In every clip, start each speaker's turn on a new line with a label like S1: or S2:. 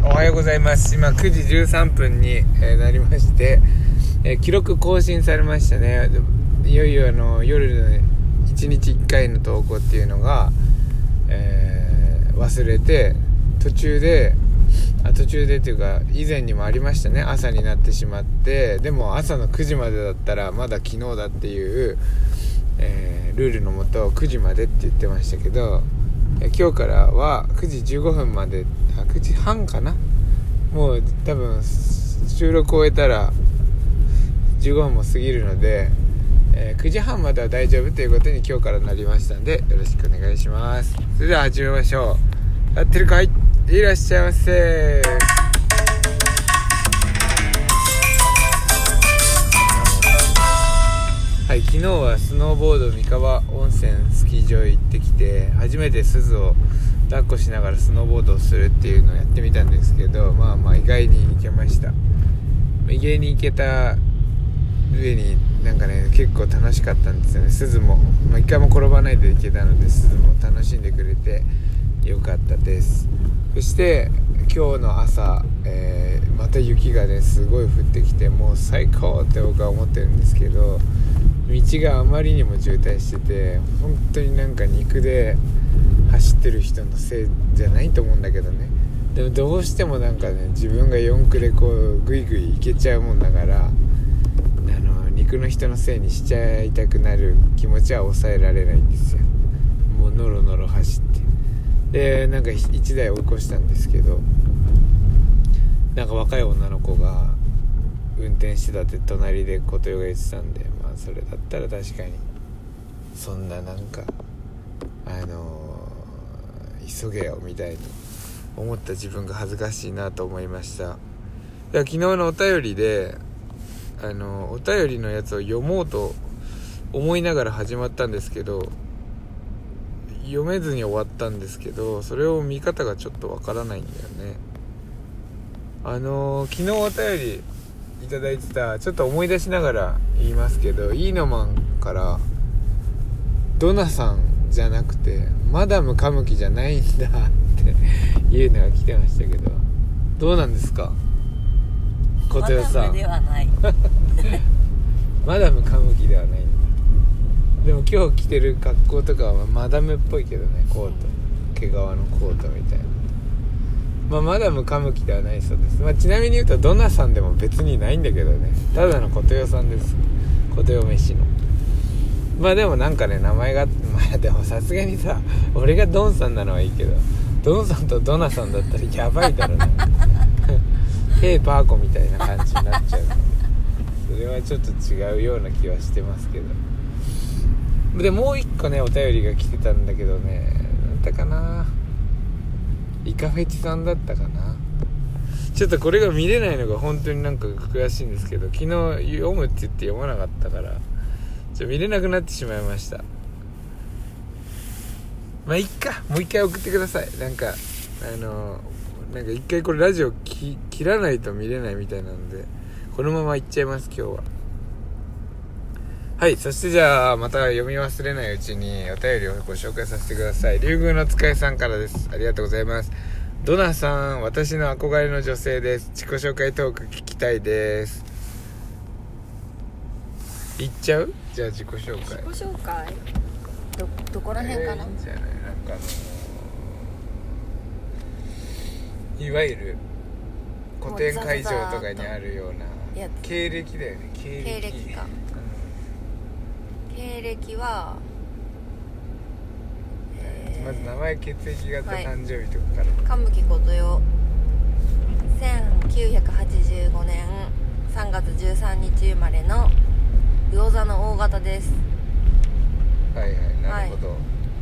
S1: おはようございます。今9時13分になりまして、記録更新されましたね。いよいよ夜の1日1回の投稿っていうのが、忘れて途中でっていうか以前にもありましたね。朝になってしまって、でも朝の9時までだったらまだ昨日だっていう、ルールのもと9時までって言ってましたけど、今日からは9時15分まで、9時半かな。もう多分収録を終えたら15分も過ぎるので、9時半までは大丈夫ということに今日からなりましたので、よろしくお願いします。それでは始めましょう。やってるかい？いらっしゃいませ。はい、昨日はスノーボード三河温泉スキー場へ行ってきて、初めて鈴を抱っこしながらスノーボードをするっていうのをやってみたんですけど、意外にいけました。意外にいけた上になんかね、結構楽しかったんですよね。鈴も、一回も転ばないでいけたので、鈴も楽しんでくれてよかったです。そして今日の朝、また雪がねすごい降ってきて、もう最高って僕は思ってるんですけど、道があまりにも渋滞してて、本当になんか肉で走ってる人のせいじゃないと思うんだけどね。でもどうしてもなんかね、自分が四駆でこうグイグイ行けちゃうもんだから、肉の人のせいにしちゃいたくなる気持ちは抑えられないんですよ。もうノロノロ走って、でなんか1台追い越したんですけど、なんか若い女の子が運転してたって隣で琴代が言ってたんで、それだったら確かにそんななんか急げよみたいに思った自分が恥ずかしいなと思いました。で昨日のお便りでお便りのやつを読もうと思いながら始まったんですけど、読めずに終わったんですけど、それを見方がちょっとわからないんだよね。昨日お便りいただいてた、ちょっと思い出しながら言いますけど、イーノマンからドナさんじゃなくてマダムカムキじゃないんだっていうのが来てましたけど、どうなんですか小手さん。
S2: マダムではない
S1: マダムカムキではないんだ。でも今日着てる格好とかはマダムっぽいけどね、コート、毛皮のコートみたいな。マダムカムキではないそうです。ちなみに言うとドナさんでも別にないんだけどね、ただの小手さんです。小手飯の。でもなんかね、名前がでもさすがにさ、俺がドンさんなのはいいけど、ドンさんとドナさんだったらやばいだろうねペーパーコみたいな感じになっちゃうそれはちょっと違うような気はしてますけど。でもう一個ねお便りが来てたんだけどね、なんだかな、イカフェチさんだったかな。ちょっとこれが見れないのが本当になんか悔しいんですけど、昨日読むって言って読まなかったから見れなくなってしまいました。いっか、もう一回送ってください。なんか一回これラジオ切らないと見れないみたいなので、このままいっちゃいます今日は。はい、そしてじゃあまた読み忘れないうちにお便りをご紹介させてください。竜宮の使いさんからです。ありがとうございます。ドナさん、私の憧れの女性です。自己紹介トーク聞きたいです。言っちゃう？じゃあ自己紹介。
S2: 自己紹介？どこら辺かな？
S1: いいんじゃない？なんかいわゆる古典会場とかにあるような経歴だよね。経歴か。
S2: 経歴は、
S1: まず名前、血液型、誕生日とかから。
S2: 神木琴代、1985年3月13日生まれの魚座の大型です。
S1: はいはい、なるほど。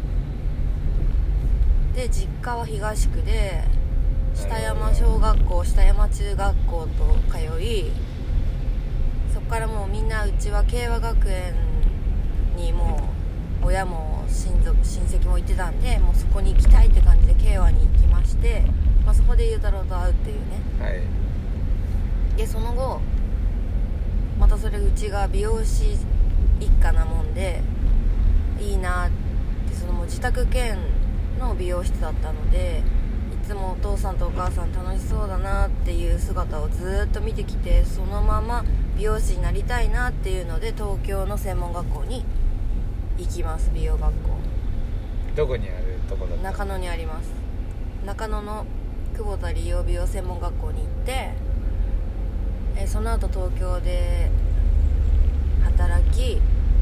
S2: で実家は東区で、下山小学校、下山中学校と通い、そこからもうみんな、うちは慶和学園にもう親も親戚も行ってたんで、もうそこに行きたいって感じで慶和に行きまして、そこで裕太郎と会うっていうね。
S1: はい。
S2: でその後またそれうちが美容師一家なもんでいいなって、そのもう自宅兼の美容室だったので行っつもお父さんとお母さん楽しそうだなっていう姿をずっと見てきて、そのまま美容師になりたいなっていうので東京の専門学校に行きます。美容学校
S1: どこにあるとこだった？
S2: 中野にあります。中野の久保田理容美容専門学校に行って、その後東京で働き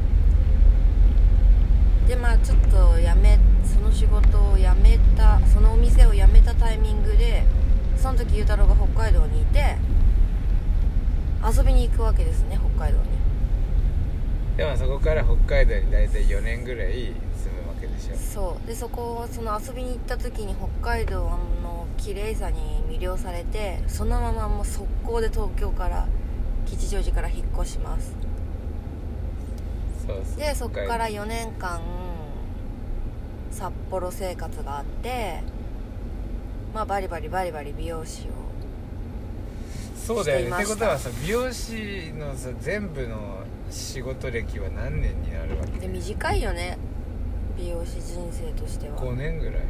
S2: で、まあちょっとその仕事を辞めた、そのお店を辞めたタイミングで、その時ゆうたろうが北海道にいて遊びに行くわけですね、北海道に。
S1: でもそこから北海道に大体4年ぐらい住むわけでしょ。
S2: そうで、その遊びに行った時に北海道の綺麗さに魅了されて、そのままもう速攻で東京から吉祥寺から引っ越します。
S1: そう
S2: でそこから4年間札幌生活があって、まあバリバリ美容師を
S1: そうだよね。ってことはさ、美容師のさ全部の仕事歴は何年になるわけ
S2: で？短いよね、美容師人生としては。
S1: 5年ぐらい。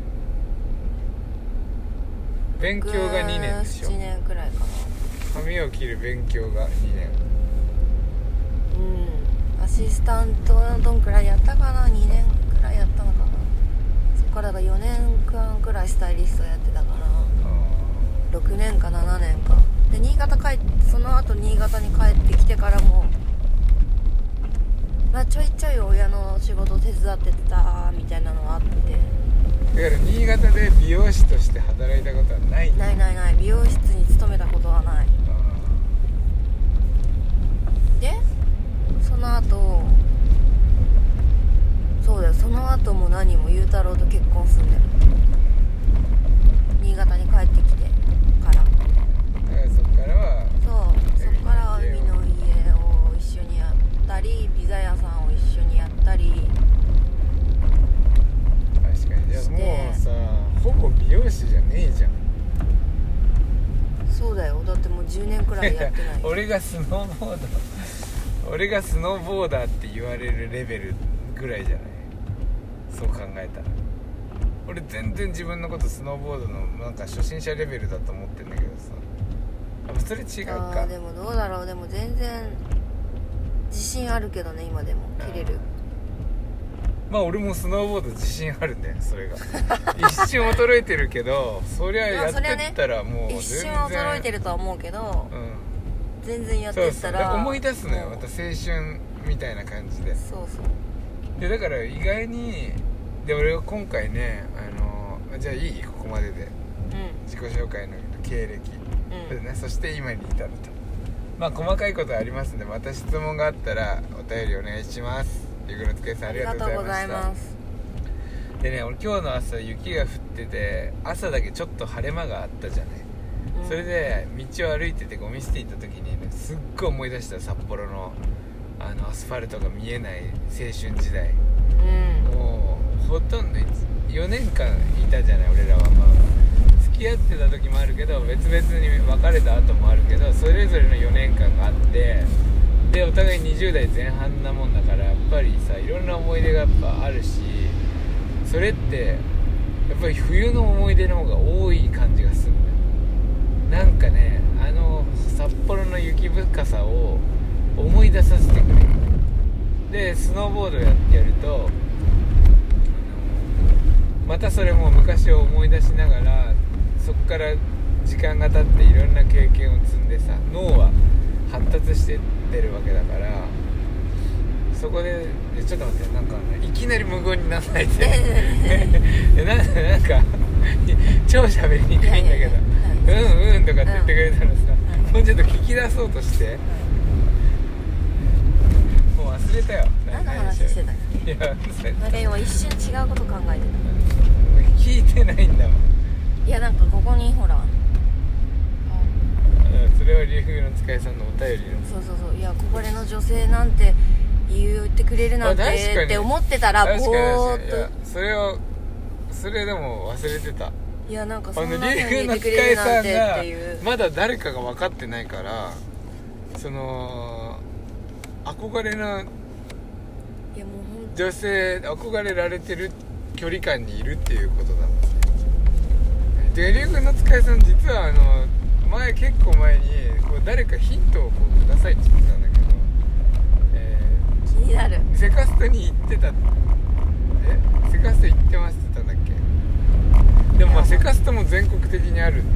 S1: 勉強が2年でしょ。
S2: 7年くらいかな。
S1: 髪を切る勉強が2年。
S2: アシスタントどんくらいやったかな、2年くらいやったのかな。そこからが4年間くらいスタイリストやってたから、6年か7年かで、その後新潟に帰ってきてからも、まあ、ちょいちょい親の仕事を手伝ってたみたいなのはあって。
S1: だから新潟で美容師として働いたことはない？
S2: ない美容室に勤めたことはない。でその後、そうだよ、その後も何もゆうたろうと結婚するんだよ、新潟に帰ってきてから。
S1: だからそっからは
S2: 海の家を一緒にやったり、ピザ屋さんを一緒にやったり。
S1: 確かに。じゃあもうさ、ほぼ美容師じゃねえじゃん。
S2: そうだよ、だってもう10年くらいやってない
S1: 俺がスノーボーダーって言われるレベルぐらいじゃない？そう考えたら俺全然自分のことスノーボードのなんか初心者レベルだと思ってんだけどさ、やっぱそれ違うか。
S2: でもどうだろう。でも全然自信あるけどね、今でも切れる。
S1: まあ俺もスノーボード自信あるんだよ、それが一瞬衰えてるけど、そりゃやってったらもう全然、
S2: 一瞬衰えてるとは思うけど、全然やってったら
S1: そう思い出すのよ、また青春みたいな感じで。
S2: そう
S1: でだから意外にで、俺は今回ね、じゃあいい？ここまでで、自己紹介の経歴、そして今に至ると。まあ細かいことありますんで、また質問があったらお便りお願いします。ゆぐのつけさんありがとうございました。でね、俺今日の朝雪が降ってて、朝だけちょっと晴れ間があったじゃない、それで道を歩いててゴミ捨て行った時にね、すっごい思い出した。札幌のアスファルトが見えない青春時代、もうほとんど4年間いたじゃない、俺らは。まあ付き合ってた時もあるけど、別々に別れた後もあるけど、それぞれの4年間があって、でお互い20代前半なもんだから、やっぱりさ、いろんな思い出がやっぱあるし、それってやっぱり冬の思い出の方が多い感じがするんだよ。なんかね、札幌の雪深さを思い出させてくれる。でスノーボードやると、またそれも昔を思い出しながら、そこから時間が経っていろんな経験を積んでさ、脳は発達してってるわけだから、そこでちょっと待って、なんか、いきなり無言にならないでなんか超喋りにくいんだけど、うんとかって言ってくれたらさ、もうちょっと聞き出そうとして。もう忘れたよ、
S2: 何の話してたっけ。
S1: いや、
S2: なんか今一瞬違うこと考えて
S1: た。聞いてないんだもん。
S2: いや、なんかここにほら、
S1: それは竜宮の使いさんのお便りの。
S2: そう、いや、こぼれの女性なんて言ってくれるなんてって思ってたら、ぼーっと。
S1: それでも忘れてた。
S2: いや、なんかそんな風に言ってくれるなんてっていう。
S1: まだ誰かが分かってないから、その憧れの女性、憧れられてる距離感にいるっていうことだもんね。 で竜宮の使いさん実は結構前にこう誰かヒントをこうくださいって言ってたんだけど、
S2: 気になる。
S1: セカストに行ってたセカスト行ってますって言ったんだっけ。でもまあセカストも全国的にあるんで、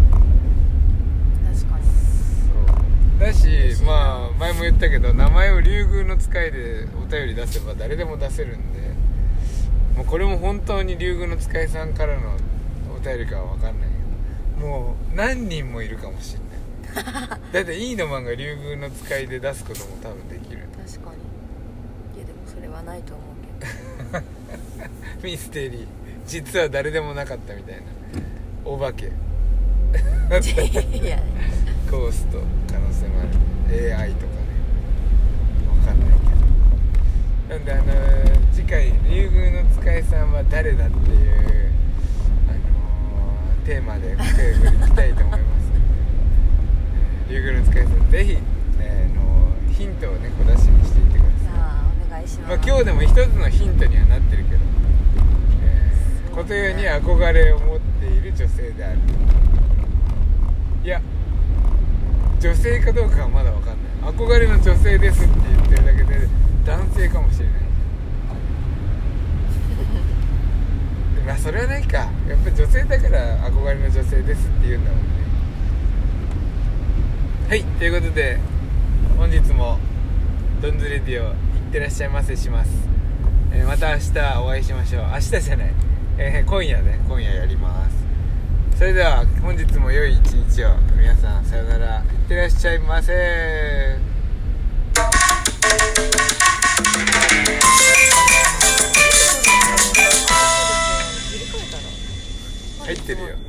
S2: 確かに
S1: そうだし、まあ前も言ったけど名前を竜宮の使いでお便り出せば誰でも出せるんで、もうこれも本当に竜宮の使いさんからのお便りかは分かんないけど、もう何人もいるかもしれないだっていいのマンが竜宮の使いで出すことも多分できる。
S2: 確かに。いやでもそれはないと思うけど
S1: ミステリー、実は誰でもなかったみたいなお化け
S2: いや
S1: ゴースト可能性もある、 AI とかね、分かんないけど。なんで次回竜宮の使いさんは誰だっていうテーマで送りいきたいと思います竜宮の使いさんぜひ、ヒントをね小出しにしていってください。
S2: お願いします。
S1: まあ、今日でも一つのヒントにはなってるけど、ことよに憧れを持っている女性である。いや女性かどうかはまだ分かんない。憧れの女性ですって言ってるだけで男性かもしれないまあそれはないか、やっぱり女性だから憧れの女性ですって言うんだもんね。はい、ということで本日もドンズレディオいってらっしゃいませします。また明日お会いしましょう。明日じゃない、今夜やります。それでは本日も良い一日を。皆さんさよなら、いってらっしゃいませ。入ってるよ。